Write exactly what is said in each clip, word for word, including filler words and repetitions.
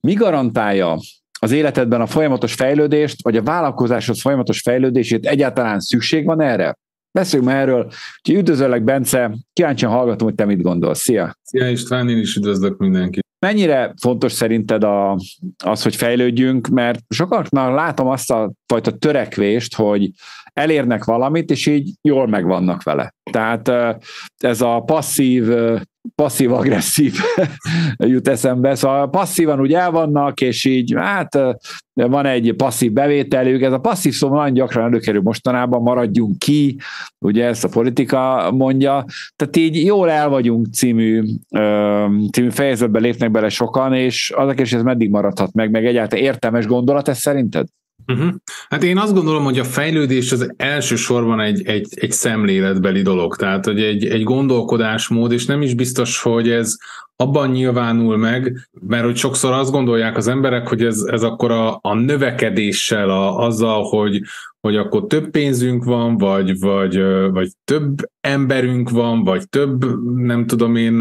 mi garantálja az életedben a folyamatos fejlődést, vagy a vállalkozáshoz folyamatos fejlődését, egyáltalán szükség van erre? Beszéljünk már erről. Úgyhogy üdvözöllek, Bence, kíváncsian hallgatom, hogy te mit gondolsz. Szia! Szia István, én is üdvözlök mindenkit. Mennyire fontos szerinted a, az, hogy fejlődjünk, mert sokaknak látom azt a fajta törekvést, hogy elérnek valamit, és így jól megvannak vele. Tehát ez a passzív, passzív-agresszív jut eszembe. Szóval passzívan úgy el vannak, és így hát van egy passzív bevételük. Ez a passzív szó nagyon gyakran előkerül mostanában, maradjunk ki, ugye ezt a politika mondja. Tehát így jól el vagyunk című, című fejezetbe lépnek bele sokan, és az a kérdés, ez meddig maradhat meg, meg egyáltalán értelmes gondolat ez szerinted? Uh-huh. Hát én azt gondolom, hogy a fejlődés az elsősorban egy, egy, egy szemléletbeli dolog, tehát hogy egy, egy gondolkodásmód, és nem is biztos, hogy ez abban nyilvánul meg, mert hogy sokszor azt gondolják az emberek, hogy ez, ez akkor a, a növekedéssel, a, azzal, hogy, hogy akkor több pénzünk van, vagy, vagy, vagy több emberünk van, vagy több, nem tudom én...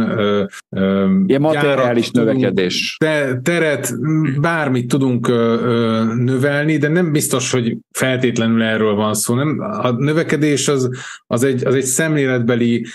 Ilyen materiális növekedés. Te, teret, bármit tudunk növelni, de nem biztos, hogy feltétlenül erről van szó. Nem? A növekedés az, az, egy, az egy szemléletbeli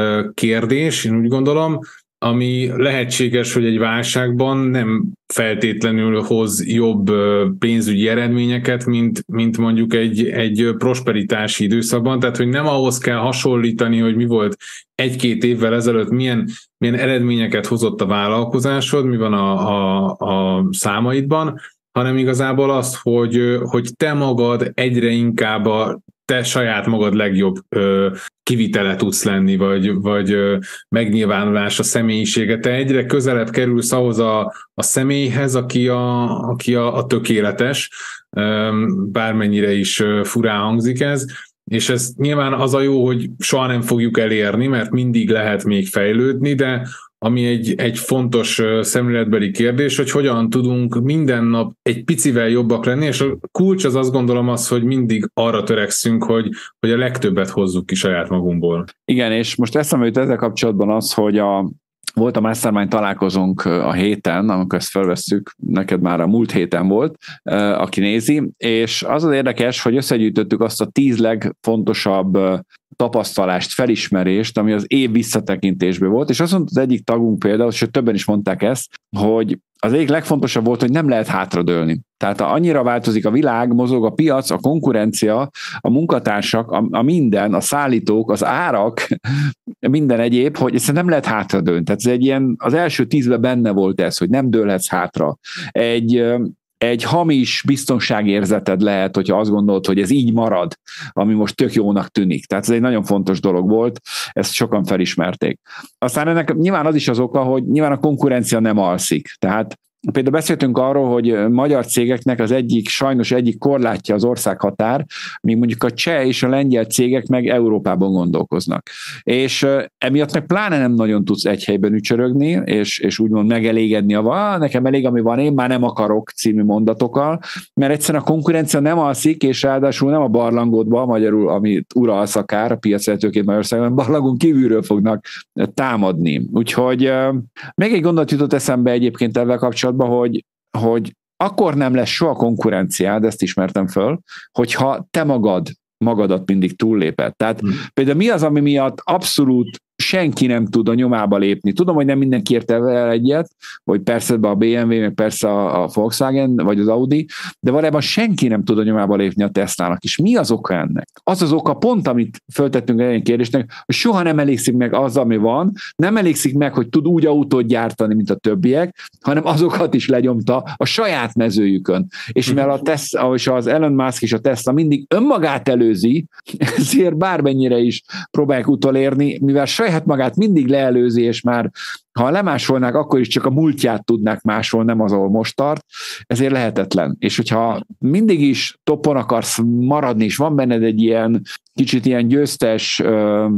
kérdés, én úgy gondolom, ami lehetséges, hogy egy válságban nem feltétlenül hoz jobb pénzügyi eredményeket, mint, mint mondjuk egy, egy prosperitási időszakban, tehát hogy nem ahhoz kell hasonlítani, hogy mi volt egy-két évvel ezelőtt, milyen, milyen eredményeket hozott a vállalkozásod, mi van a, a, a számaidban, hanem igazából azt, hogy, hogy te magad egyre inkább a te saját magad legjobb ö, kivitele tudsz lenni, vagy, vagy ö, megnyilvánulás a személyisége. Te egyre közelebb kerülsz ahhoz a, a személyhez, aki a, aki a, a tökéletes, ö, bármennyire is ö, furán hangzik ez, és ez nyilván az a jó, hogy soha nem fogjuk elérni, mert mindig lehet még fejlődni, de ami egy, egy fontos szemléletbeli kérdés, hogy hogyan tudunk minden nap egy picivel jobbak lenni, és a kulcs az azt gondolom az, hogy mindig arra törekszünk, hogy, hogy a legtöbbet hozzuk ki saját magunkból. Igen, és most eszembe jut ezzel kapcsolatban az, hogy a volt a Mastermind találkozónk a héten, amikor ezt felvesszük, neked már a múlt héten volt, aki nézi, és az az érdekes, hogy összegyűjtöttük azt a tíz legfontosabb tapasztalást, felismerést, ami az év visszatekintésből volt, és azt mondta az egyik tagunk például, és többen is mondták ezt, hogy az egyik legfontosabb volt, hogy nem lehet hátradőlni. Tehát annyira változik a világ, mozog a piac, a konkurencia, a munkatársak, a, a minden, a szállítók, az árak, minden egyéb, hogy ezt nem lehet hátradőlni. Tehát ez egy ilyen, az első tízben benne volt ez, hogy nem dőlhetsz hátra. Egy Egy hamis biztonságérzeted lehet, hogyha azt gondolod, hogy ez így marad, ami most tök jónak tűnik. Tehát ez egy nagyon fontos dolog volt, ezt sokan felismerték. Aztán ennek nyilván az is az oka, hogy nyilván a konkurencia nem alszik. Tehát például beszéltünk arról, hogy magyar cégeknek az egyik, sajnos egyik korlátja az országhatár, míg mondjuk a cseh és a lengyel cégek meg Európában gondolkoznak. És emiatt meg pláne nem nagyon tudsz egy helyben ücsörögni, és, és úgymond megelégedni a nekem elég, ami van, én már nem akarok című mondatokkal, mert egyszerűen a konkurencia nem alszik, és ráadásul nem a barlangodba, magyarul, amit uralsz akár, a piacvezetőként Magyarországon, barlangon kívülről fognak támadni. Úgyhogy még egy gondolat jutott eszembe egyébként ezzel kapcsolatban, Hogy, hogy akkor nem lesz soha konkurenciád, ezt ismertem föl, hogyha te magad magadat mindig túlléped. Tehát hmm. például mi az, ami miatt abszolút senki nem tud a nyomába lépni. Tudom, hogy nem mindenki ért el egyet, hogy persze a bé em vé, meg persze a Volkswagen, vagy az Audi, de valójában senki nem tud a nyomába lépni a Teslának. És mi az oka ennek? Az az oka pont, amit föltettünk egy kérdésnek, hogy soha nem elégszik meg az, ami van, nem elégszik meg, hogy tud úgy autót gyártani, mint a többiek, hanem azokat is legyomta a saját mezőjükön. És mivel a Tesla, és az Elon Musk és a Tesla mindig önmagát előzi, ezért bármennyire is próbálják utolérni, mivel saját magát mindig leelőzi, és már ha lemásolnák, akkor is csak a múltját tudnák másolni, nem az, ahol most tart, ezért lehetetlen. És hogyha mindig is toppon akarsz maradni, és van benned egy ilyen kicsit ilyen győztes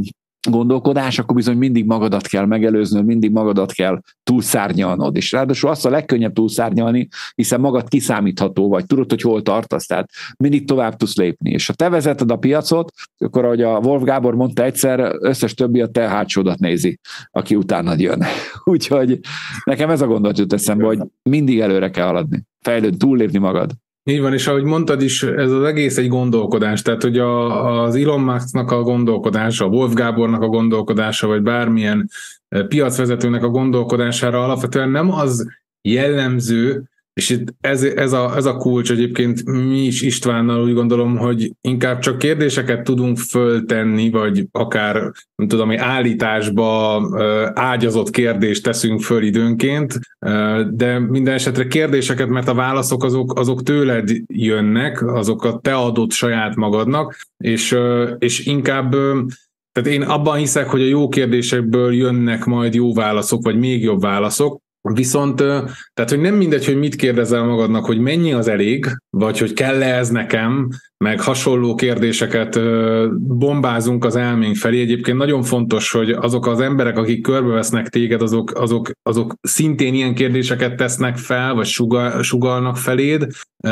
gondolkodás, akkor bizony mindig magadat kell megelőznöd, mindig magadat kell túlszárnyalnod, és ráadásul azt a legkönnyebb túlszárnyalni, hiszen magad kiszámítható vagy, tudod, hogy hol tartasz, tehát mindig tovább tudsz lépni, és ha te vezeted a piacot, akkor ahogy a Wolf Gábor mondta egyszer, összes többi a te hátsódat nézi, aki utánad jön. Úgyhogy nekem ez a gondolat jut eszembe, hogy mindig előre kell haladni, fejlődni, túllépni magad. Így van, és ahogy mondtad is, ez az egész egy gondolkodás, tehát hogy a, az Elon Musknak a gondolkodása, a Wolf Gábornak a gondolkodása, vagy bármilyen piacvezetőnek a gondolkodására alapvetően nem az jellemző, és itt ez, ez, a, ez a kulcs egyébként mi is Istvánnal úgy gondolom, hogy inkább csak kérdéseket tudunk föltenni, vagy akár, nem tudom, egy állításba ágyazott kérdést teszünk föl időnként, de minden esetre kérdéseket, mert a válaszok azok, azok tőled jönnek, azokat te adod saját magadnak, és, és inkább tehát én abban hiszek, hogy a jó kérdésekből jönnek majd jó válaszok, vagy még jobb válaszok. Viszont, tehát, hogy nem mindegy, hogy mit kérdezel magadnak, hogy mennyi az elég, vagy hogy kell-e ez nekem, meg hasonló kérdéseket bombázunk az elménk felé. Egyébként nagyon fontos, hogy azok az emberek, akik körbevesznek téged, azok, azok, azok szintén ilyen kérdéseket tesznek fel, vagy sugal, sugalnak feléd,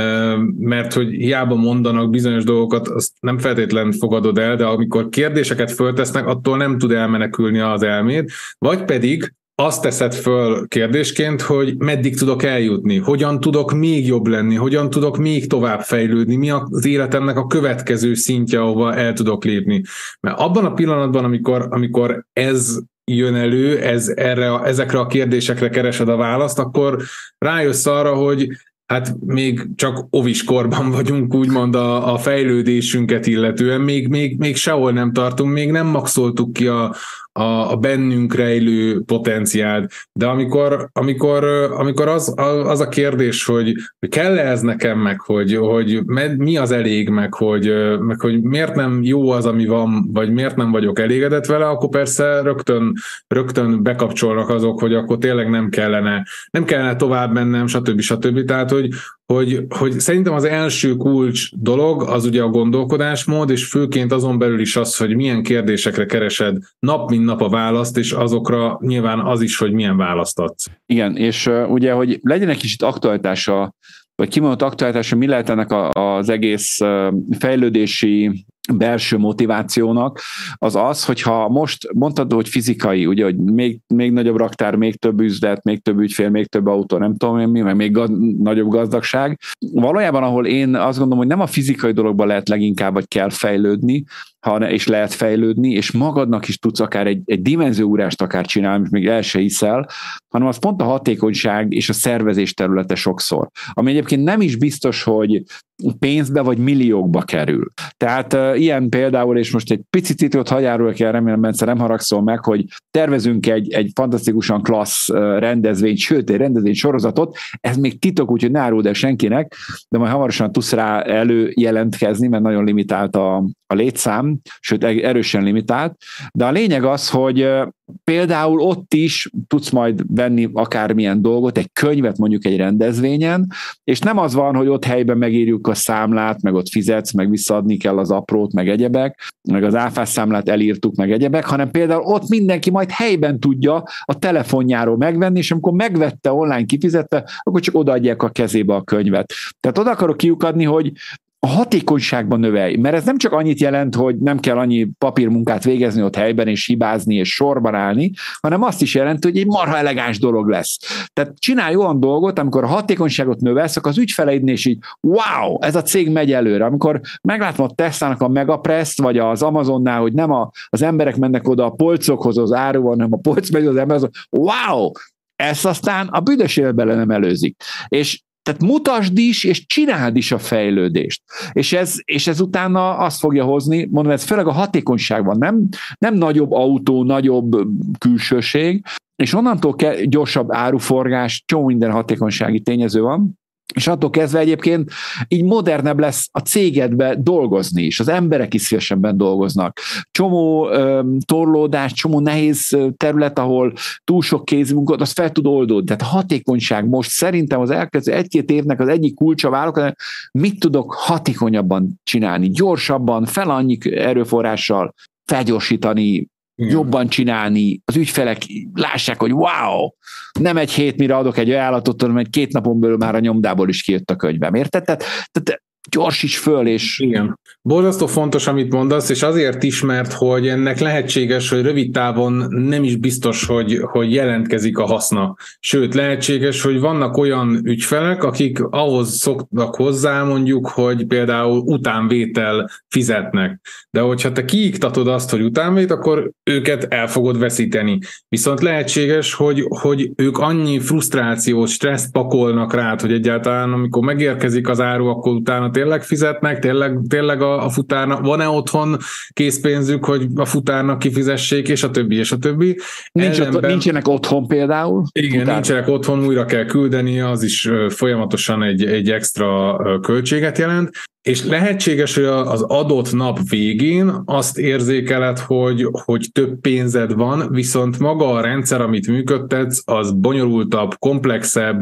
mert hogy hiába mondanak bizonyos dolgokat, azt nem feltétlen fogadod el, de amikor kérdéseket föltesznek, attól nem tud elmenekülni az elméd, vagy pedig azt teszed föl kérdésként, hogy meddig tudok eljutni, hogyan tudok még jobb lenni, hogyan tudok még tovább fejlődni, mi az életemnek a következő szintje, ahova el tudok lépni. Mert abban a pillanatban, amikor, amikor ez jön elő, ez erre, ezekre a kérdésekre keresed a választ, akkor rájössz arra, hogy hát még csak oviskorban vagyunk, úgymond a, a fejlődésünket illetően, még, még, még sehol nem tartunk, még nem maxoltuk ki a, a, a bennünk rejlő potenciált. De amikor, amikor, amikor az, az a kérdés, hogy, hogy kell-e ez nekem, meg hogy, hogy mi az elég, meg hogy, meg hogy miért nem jó az, ami van, vagy miért nem vagyok elégedett vele, akkor persze rögtön, rögtön bekapcsolnak azok, hogy akkor tényleg nem kellene, nem kellene tovább mennem, stb. stb. Tehát, hogy, hogy, hogy szerintem az első kulcs dolog az ugye a gondolkodásmód, és főként azon belül is az, hogy milyen kérdésekre keresed nap mint nap a választ, és azokra nyilván az is, hogy milyen választ adsz. Igen, és uh, ugye, hogy legyen egy kicsit aktualitása, vagy kimondott aktualitása, mi lehet ennek a, az egész uh, fejlődési belső motivációnak, az az, hogyha most mondtad, hogy fizikai, ugye, hogy még, még nagyobb raktár, még több üzlet, még több ügyfél, még több autó, nem tudom én mi, meg még gaz, nagyobb gazdagság. Valójában, ahol én azt gondolom, hogy nem a fizikai dologban lehet leginkább, vagy kell fejlődni, hanem, és lehet fejlődni, és magadnak is tudsz akár egy, egy dimenzióúrást akár csinálni, amit még el se hiszel, hanem az pont a hatékonyság és a szervezés területe sokszor. Ami egyébként nem is biztos, hogy pénzbe vagy milliókba kerül. Tehát uh, ilyen például, és most egy picit titkot hagyjáról kell, remélem, Bence, nem haragszol meg, hogy tervezünk egy, egy fantasztikusan klassz uh, rendezvényt, sőt, egy rendezvény sorozatot, ez még titok, úgyhogy ne áruld el senkinek, de majd hamarosan tudsz rá előjelentkezni, mert nagyon limitált a, a létszám, sőt, erősen limitált, de a lényeg az, hogy uh, például ott is tudsz majd venni akármilyen dolgot, egy könyvet mondjuk egy rendezvényen, és nem az van, hogy ott helyben megírjuk a számlát, meg ott fizetsz, meg visszaadni kell az aprót, meg egyebek, meg az áfás számlát elírtuk, meg egyebek, hanem például ott mindenki majd helyben tudja a telefonjáról megvenni, és amikor megvette, online kifizette, akkor csak odaadják a kezébe a könyvet. Tehát oda akarok kiukadni, hogy a hatékonyságban növelj, mert ez nem csak annyit jelent, hogy nem kell annyi papírmunkát végezni ott helyben, és hibázni, és sorban állni, hanem azt is jelenti, hogy egy marha elegáns dolog lesz. Tehát csinálj olyan dolgot, amikor a hatékonyságot növelsz, akkor az ügyfeleidnél is így, wow, ez a cég megy előre. Amikor meglátom a Teslának a Megapress-t, vagy az Amazonnál, hogy nem a, az emberek mennek oda a polcokhoz az áruval, hanem a polc megy az Amazon, wow, ezt aztán a büdös életben nem előzik. És tehát mutasd is, és csináld is a fejlődést. És ez, és ez utána azt fogja hozni, mondom, ez főleg a hatékonyságban, nem, nem nagyobb autó, nagyobb külsőség, és onnantól kell gyorsabb áruforgás, csomó minden hatékonysági tényező van, és attól kezdve egyébként így modernebb lesz a cégedbe dolgozni is, az emberek is szívesebben dolgoznak. Csomó ö, torlódás, csomó nehéz terület, ahol túl sok kézmunkát, az fel tud oldódni. Tehát a hatékonyság most szerintem az elkezdő egy-két évnek az egyik kulcsa vállalkozás, mit tudok hatékonyabban csinálni, gyorsabban, fel annyi erőforrással felgyorsítani Igen. Jobban csinálni, az ügyfelek lássák, hogy wow, nem egy hét, mire adok egy ajánlatot, hanem egy két napon belül már a nyomdából is kijött a könyvem. Érted? Tehát, tehát gyorsíts föl, és... Igen. Borzasztó fontos, amit mondasz, és azért is, mert hogy ennek lehetséges, hogy rövid távon nem is biztos, hogy, hogy jelentkezik a haszna. Sőt, lehetséges, hogy vannak olyan ügyfelek, akik ahhoz szoktak hozzá, mondjuk, hogy például utánvétel fizetnek. De hogyha te kiiktatod azt, hogy utánvét, akkor őket el fogod veszíteni. Viszont lehetséges, hogy, hogy ők annyi frusztrációt, stresszt pakolnak rád, hogy egyáltalán amikor megérkezik az áru, akkor utána tényleg fizetnek, tényleg, tényleg a, a futárnak, van-e otthon készpénzük, hogy a futárnak kifizessék, és a többi, és a többi. Nincs Ellenben, ott, nincsenek otthon például? Igen, futár. Nincsenek otthon, újra kell küldeni, az is folyamatosan egy, egy extra költséget jelent, és lehetséges, hogy az adott nap végén azt érzékeled, hogy, hogy több pénzed van, viszont maga a rendszer, amit működtetsz, az bonyolultabb, komplexebb,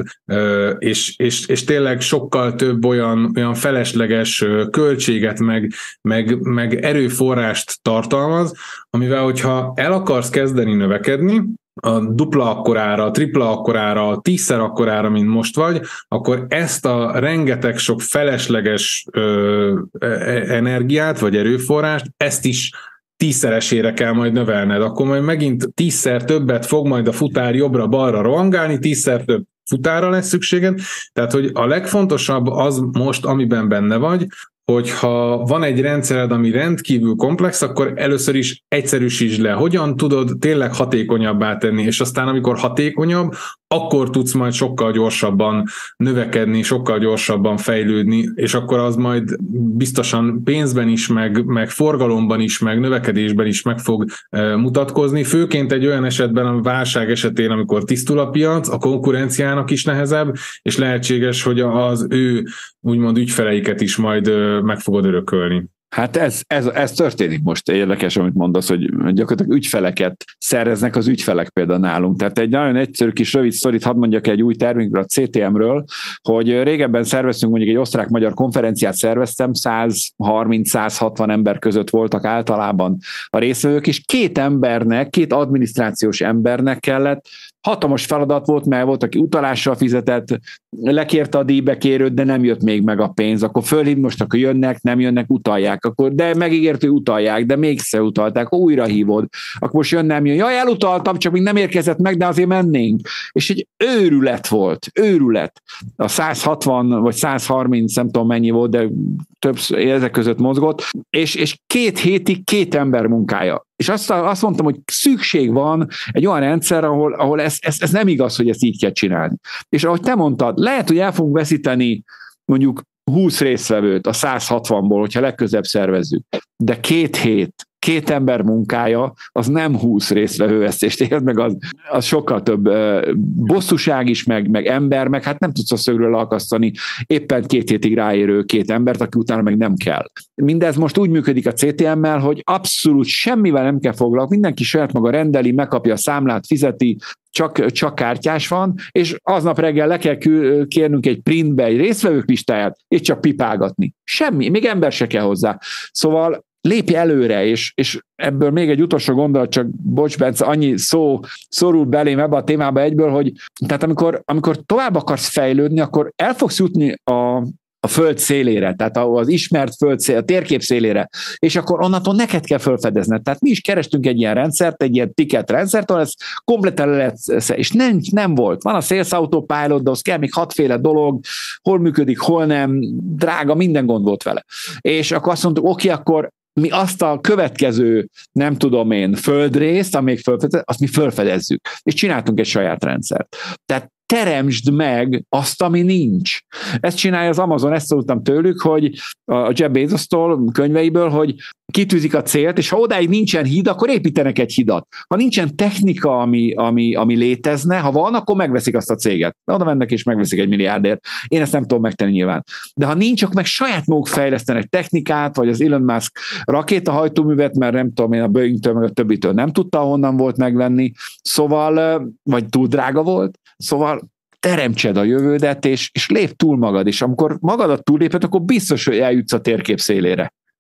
és, és, és tényleg sokkal több olyan, olyan felesleges költséget, meg, meg, meg erőforrást tartalmaz, amivel, hogyha el akarsz kezdeni növekedni, a dupla akkorára, a tripla akkorára, a tízszer akkorára, mint most vagy, akkor ezt a rengeteg sok felesleges ö, energiát, vagy erőforrást, ezt is tízszeresére kell majd növelned. Akkor majd megint tízszer többet fog majd a futár jobbra-balra rohangálni, tízszer több futára lesz szükséged. Tehát, hogy a legfontosabb az most, amiben benne vagy, hogyha van egy rendszered, ami rendkívül komplex, akkor először is egyszerűsítsd le. Hogyan tudod tényleg hatékonyabbá tenni, és aztán amikor hatékonyabb, akkor tudsz majd sokkal gyorsabban növekedni, sokkal gyorsabban fejlődni, és akkor az majd biztosan pénzben is, meg, meg forgalomban is, meg növekedésben is meg fog e, mutatkozni. Főként egy olyan esetben, a válság esetén, amikor tisztul a piac, a konkurenciának is nehezebb, és lehetséges, hogy az ő úgymond ügyfeleiket is majd e, meg fogod örökölni. Hát ez, ez, ez történik most, érdekes, amit mondasz, hogy gyakorlatilag ügyfeleket szereznek az ügyfelek például nálunk. Tehát egy nagyon egyszerű kis rövid sztorit hadd mondjak egy új termékről, a cé té em-ről, hogy régebben szerveztünk, mondjuk egy osztrák-magyar konferenciát szerveztem, száz harminc száz hatvan ember között voltak általában a résztvevők, és két embernek, két adminisztrációs embernek kellett, hatalmas feladat volt, mert volt, aki utalással fizetett, lekérte a díjbekérőt, de nem jött még meg a pénz, akkor fölhív, most akkor jönnek, nem jönnek, utalják, akkor, de megígértő utalják, de mégse utalták, akkor újra hívod, akkor most jön, nem jön, jaj, elutaltam, csak még nem érkezett meg, de azért mennénk. És egy őrület volt, őrület. A száz hatvan vagy száz harminc, nem tudom mennyi volt, de több ezek között mozgott, és, és két hétig két ember munkája. És azt, azt mondtam, hogy szükség van egy olyan rendszer, ahol, ahol ez, ez, ez nem igaz, hogy ezt így kell csinálni. És ahogy te mondtad, lehet, hogy el fogunk veszíteni mondjuk húsz résztvevőt a száz hatvanból, hogyha legközelebb szervezzük, de két hét, két ember munkája, az nem húsz résztvevővesztést ér, meg az, az sokkal több uh, bosszúság is, meg, meg ember, meg hát nem tudsz a szögről akasztani éppen két hétig ráérő két embert, aki utána meg nem kell. Mindez most úgy működik a cé té em-mel, hogy abszolút semmivel nem kell foglalkozni, mindenki saját maga rendeli, megkapja a számlát, fizeti, csak, csak kártyás van, és aznap reggel le kell kérnünk egy printbe egy résztvevők listáját, és csak pipálgatni. Semmi, még ember se kell hozzá. Szóval lépj előre, és, és ebből még egy utolsó gondolat, csak bocs, Bence, annyi szó szorul belém ebbe a témába egyből, hogy tehát amikor, amikor tovább akarsz fejlődni, akkor el fogsz jutni a a föld szélére, tehát az ismert föld szélére, a térkép szélére, és akkor onnantól neked kell felfedezned. Tehát mi is kerestünk egy ilyen rendszert, egy ilyen ticket rendszert, ahol ez kompletten lehet, és nem, nem volt. Van a Sales Autopilot, de az kell még hatféle dolog, hol működik, hol nem, drága, minden gond volt vele. És akkor azt mondtuk, oké, akkor mi azt a következő, nem tudom én, földrészt, amíg felfedez, azt mi felfedezzük. És csináltunk egy saját rendszert. Tehát teremtsd meg azt, ami nincs. Ezt csinálja az Amazon, ezt szóltam tőlük, hogy a Jeff Bezos-tól, könyveiből, hogy kitűzik a célt, és ha odáig nincsen híd, akkor építenek egy hidat. Ha nincsen technika, ami, ami, ami létezne, ha van, akkor megveszik azt a céget. Oda mennek és megveszik egy milliárdért. Én ezt nem tudom megtenni nyilván. De ha nincs, akkor meg saját maguk fejlesztenek technikát, vagy az Elon Musk rakétahajtóművet, mert nem tudom én a Boeing-től, meg a többitől nem tudta, honnan volt megvenni. Szóval, vagy túl drága volt. Szóval teremtsed a jövődet, és, és lép túl magad, és amikor magadat túlléped, akkor biztos, hogy eljutsz a térkép szélére.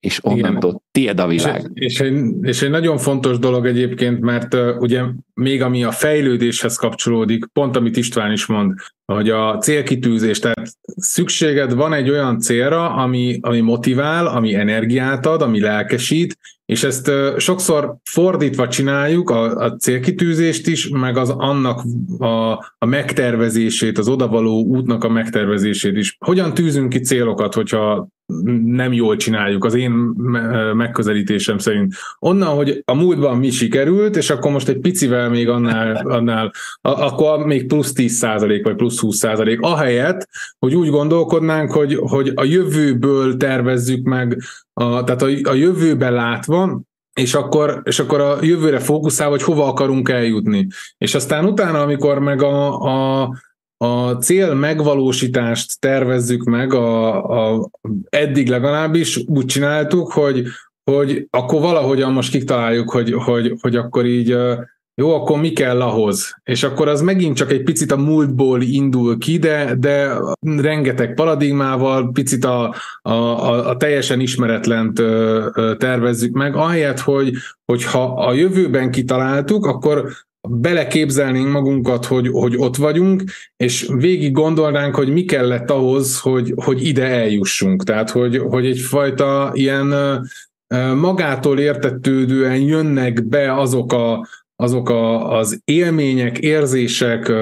és onnantól tiéd a világ. És, és, egy, és egy nagyon fontos dolog egyébként, mert uh, ugye még ami a fejlődéshez kapcsolódik, pont amit István is mond, hogy a célkitűzés, tehát szükséged van egy olyan célra, ami, ami motivál, ami energiát ad, ami lelkesít, és ezt uh, sokszor fordítva csináljuk, a, a célkitűzést is, meg az annak a, a megtervezését, az odavaló útnak a megtervezését is. Hogyan tűzünk ki célokat, hogyha nem jól csináljuk, az én megközelítésem szerint. Onnan, hogy a múltban mi sikerült, és akkor most egy picivel még annál, annál akkor még plusz tíz százalék, vagy plusz húsz százalék, ahelyett, hogy úgy gondolkodnánk, hogy, hogy a jövőből tervezzük meg, a, tehát a, a jövőben látva, és akkor, és akkor a jövőre fókuszálva, hogy hova akarunk eljutni. És aztán utána, amikor meg a, a a cél megvalósítást tervezzük meg, a, a, eddig legalábbis úgy csináltuk, hogy, hogy akkor valahogyan most kitaláljuk, hogy, hogy, hogy akkor így jó, akkor mi kell ahhoz. És akkor az megint csak egy picit a múltból indul ki, de, de rengeteg paradigmával, picit a, a, a, a teljesen ismeretlent tervezzük meg, ahelyett, hogy, hogy ha a jövőben kitaláltuk, akkor beleképzelnénk magunkat, hogy, hogy ott vagyunk, és végig gondolnánk, hogy mi kellett ahhoz, hogy, hogy ide eljussunk. Tehát, hogy, hogy egyfajta ilyen magától értetődően jönnek be azok a azok a, az élmények, érzések,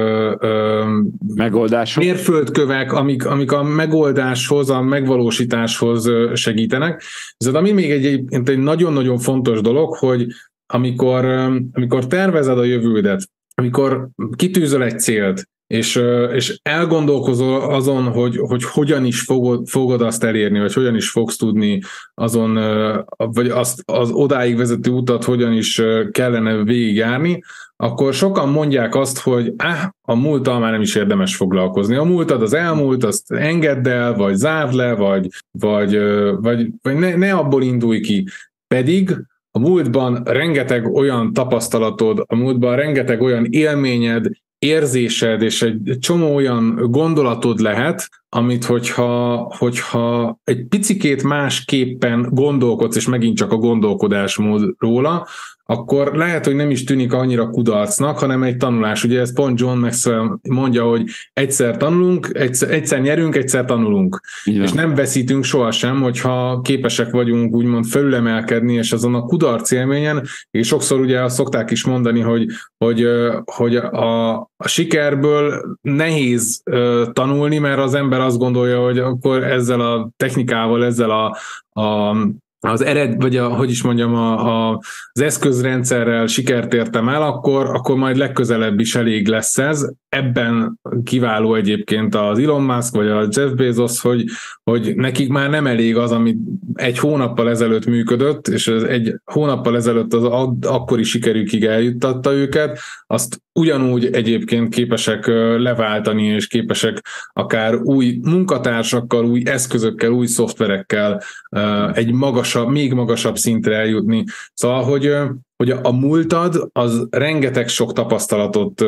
megoldások, mérföldkövek, amik, amik a megoldáshoz, a megvalósításhoz segítenek. Ez ami még egy, egy nagyon-nagyon fontos dolog, hogy amikor, amikor tervezed a jövődet, amikor kitűzöl egy célt, és, és elgondolkozol azon, hogy, hogy hogyan is fogod, fogod azt elérni, vagy hogyan is fogsz tudni azon, vagy azt, az odáig vezető utat hogyan is kellene végigjárni, akkor sokan mondják azt, hogy áh, a múlttal már nem is érdemes foglalkozni. A múltad az elmúlt, azt engedd el, vagy zárd le, vagy, vagy, vagy, vagy ne, ne abból indulj ki. Pedig a múltban rengeteg olyan tapasztalatod, a múltban rengeteg olyan élményed, érzésed és egy csomó olyan gondolatod lehet, amit hogyha, hogyha egy picikét másképpen gondolkodsz, és megint csak a gondolkodásmód róla, akkor lehet, hogy nem is tűnik annyira kudarcnak, hanem egy tanulás. Ugye ez pont John Maxwell mondja, hogy egyszer tanulunk, egyszer, egyszer nyerünk, egyszer tanulunk. Igen. És nem veszítünk sohasem, hogyha képesek vagyunk úgymond felülemelkedni, és azon a kudarc élményen, és sokszor ugye azt szokták is mondani, hogy, hogy, hogy a, a sikerből nehéz tanulni, mert az ember azt gondolja, hogy akkor ezzel a technikával, ezzel a, a az ered, vagy a, hogy is mondjam, a, a, az eszközrendszerrel sikert értem el, akkor, akkor majd legközelebb is elég lesz ez. Ebben kiváló egyébként az Elon Musk, vagy a Jeff Bezos, hogy, hogy nekik már nem elég az, ami egy hónappal ezelőtt működött, és ez egy hónappal ezelőtt az akkori sikerükig eljuttatta őket, azt ugyanúgy egyébként képesek leváltani, és képesek akár új munkatársakkal, új eszközökkel, új szoftverekkel egy magasabb, még magasabb szintre eljutni. Szóval, hogy, hogy a múltad az rengeteg sok tapasztalatot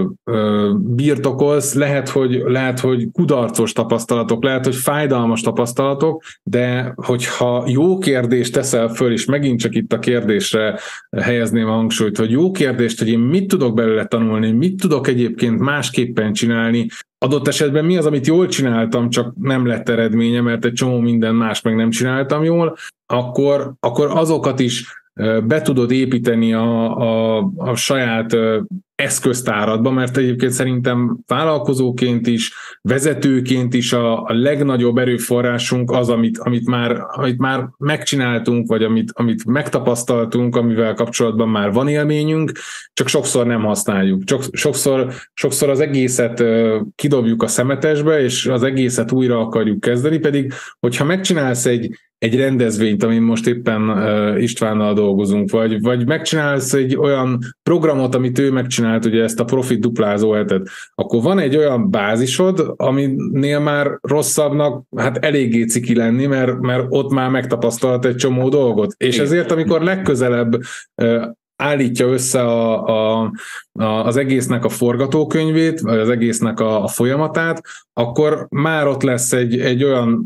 birtokolsz, lehet, hogy, lehet, hogy kudarcos tapasztalatok, lehet, hogy fájdalmas tapasztalatok, de hogyha jó kérdést teszel föl, és megint csak itt a kérdésre helyezném a hangsúlyt, hogy jó kérdést, hogy én mit tudok belőle tanulni, mit tudok egyébként másképpen csinálni, adott esetben mi az, amit jól csináltam, csak nem lett eredménye, mert egy csomó minden más meg nem csináltam jól, akkor, akkor azokat is be tudod építeni a, a, a saját eszköztáradba, mert egyébként szerintem vállalkozóként is, vezetőként is a, a legnagyobb erőforrásunk az, amit, amit, már, amit már megcsináltunk, vagy amit, amit megtapasztaltunk, amivel kapcsolatban már van élményünk, csak sokszor nem használjuk. Csak, sokszor, sokszor az egészet kidobjuk a szemetesbe, és az egészet újra akarjuk kezdeni, pedig hogyha megcsinálsz egy egy rendezvényt, amin most éppen uh, Istvánnal dolgozunk, vagy, vagy megcsinálsz egy olyan programot, amit ő megcsinált, ugye ezt a profit duplázó hetet, akkor van egy olyan bázisod, aminél már rosszabbnak, hát eléggé ciki lenni, mert, mert ott már megtapasztalt egy csomó dolgot. És ezért, amikor legközelebb uh, állítja össze a, a, a, az egésznek a forgatókönyvét, vagy az egésznek a, a folyamatát, akkor már ott lesz egy, egy olyan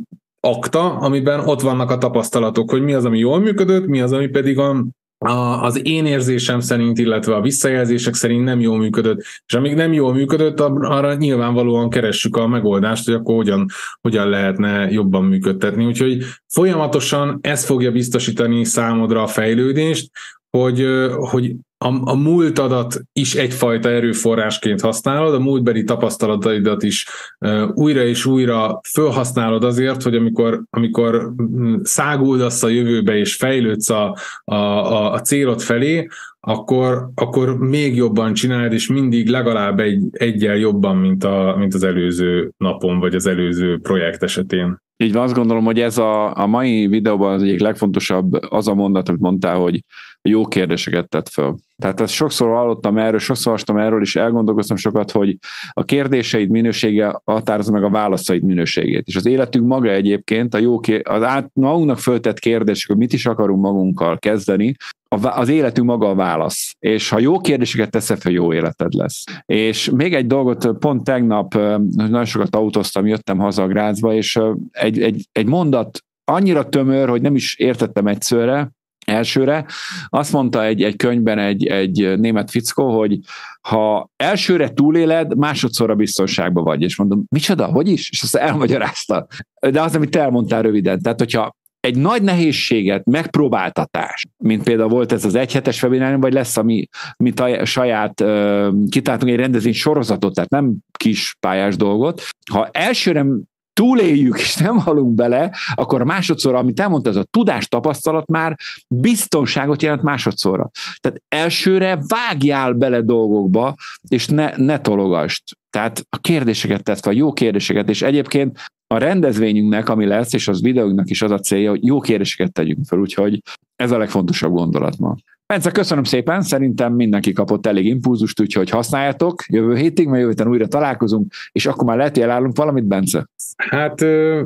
akta, amiben ott vannak a tapasztalatok, hogy mi az, ami jól működött, mi az, ami pedig a A, az én érzésem szerint, illetve a visszajelzések szerint nem jól működött, és amíg nem jól működött, arra nyilvánvalóan keressük a megoldást, hogy akkor hogyan, hogyan lehetne jobban működtetni. Úgyhogy folyamatosan ez fogja biztosítani számodra a fejlődést, hogy, hogy a, a múltadat is egyfajta erőforrásként használod, a múltbeli tapasztalataidat is uh, újra és újra felhasználod azért, hogy amikor, amikor száguldasz a jövőbe és fejlődsz a, a, a, a célod felé, akkor, akkor még jobban csináld, és mindig legalább egy, egyel jobban, mint, a, mint az előző napon, vagy az előző projekt esetén. Így van, azt gondolom, hogy ez a, a mai videóban az egyik legfontosabb az a mondat, amit mondtál, hogy jó kérdéseket tett föl. Tehát ezt sokszor hallottam erről, sokszor hallottam erről, és elgondolkoztam sokat, hogy a kérdéseid minősége határozza meg a válaszaid minőségét. És az életünk maga egyébként, a jó kér, az át, magunknak föltett kérdések, hogy mit is akarunk magunkkal kezdeni, az életünk maga a válasz. És ha jó kérdéseket teszel fel, jó életed lesz. És még egy dolgot, pont tegnap nagyon sokat autóztam, jöttem haza a Grazba, és egy, egy, egy mondat annyira tömör, hogy nem is értettem egyszerre, elsőre. Azt mondta egy, egy könyvben egy, egy német fickó, hogy ha elsőre túléled, másodszorra biztonságban vagy. És mondom, micsoda, hogy is? És azt elmagyarázta. De az, amit te elmondtál röviden. Tehát, hogyha egy nagy nehézséget, megpróbáltatás, mint például volt ez az egyhetes webinárium, vagy lesz, ami mi saját uh, kitáltunk egy rendezvény sorozatot, tehát nem kis pályás dolgot. Ha elsőre túléljük, és nem halunk bele, akkor a másodszorra, amit elmondta, ez a tudás tapasztalat már biztonságot jelent másodszorra. Tehát elsőre vágjál bele dolgokba, és ne, ne tologasd. Tehát a kérdéseket tett fel, jó kérdéseket, és egyébként a rendezvényünknek, ami lesz, és az videónknak is az a célja, hogy jó kérdéseket tegyünk fel, úgyhogy ez a legfontosabb gondolat ma. Bence, köszönöm szépen, szerintem mindenki kapott elég impulzust, úgyhogy használjátok jövő hétig, mert jövő héten újra találkozunk, és akkor már lehet, hogy elállunk valamit, Bence? Hát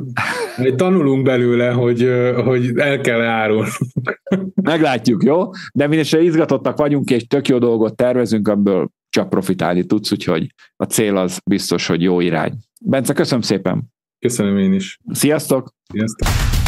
mi tanulunk belőle, hogy, hogy el kell árulnunk. Meglátjuk, jó? De mindesre izgatottak vagyunk, és tök jó dolgot tervezünk, amiből csak profitálni tudsz, úgyhogy a cél az biztos, hogy jó irány. Bence, köszönöm szépen! Köszönöm én is. Sziasztok! Sziasztok!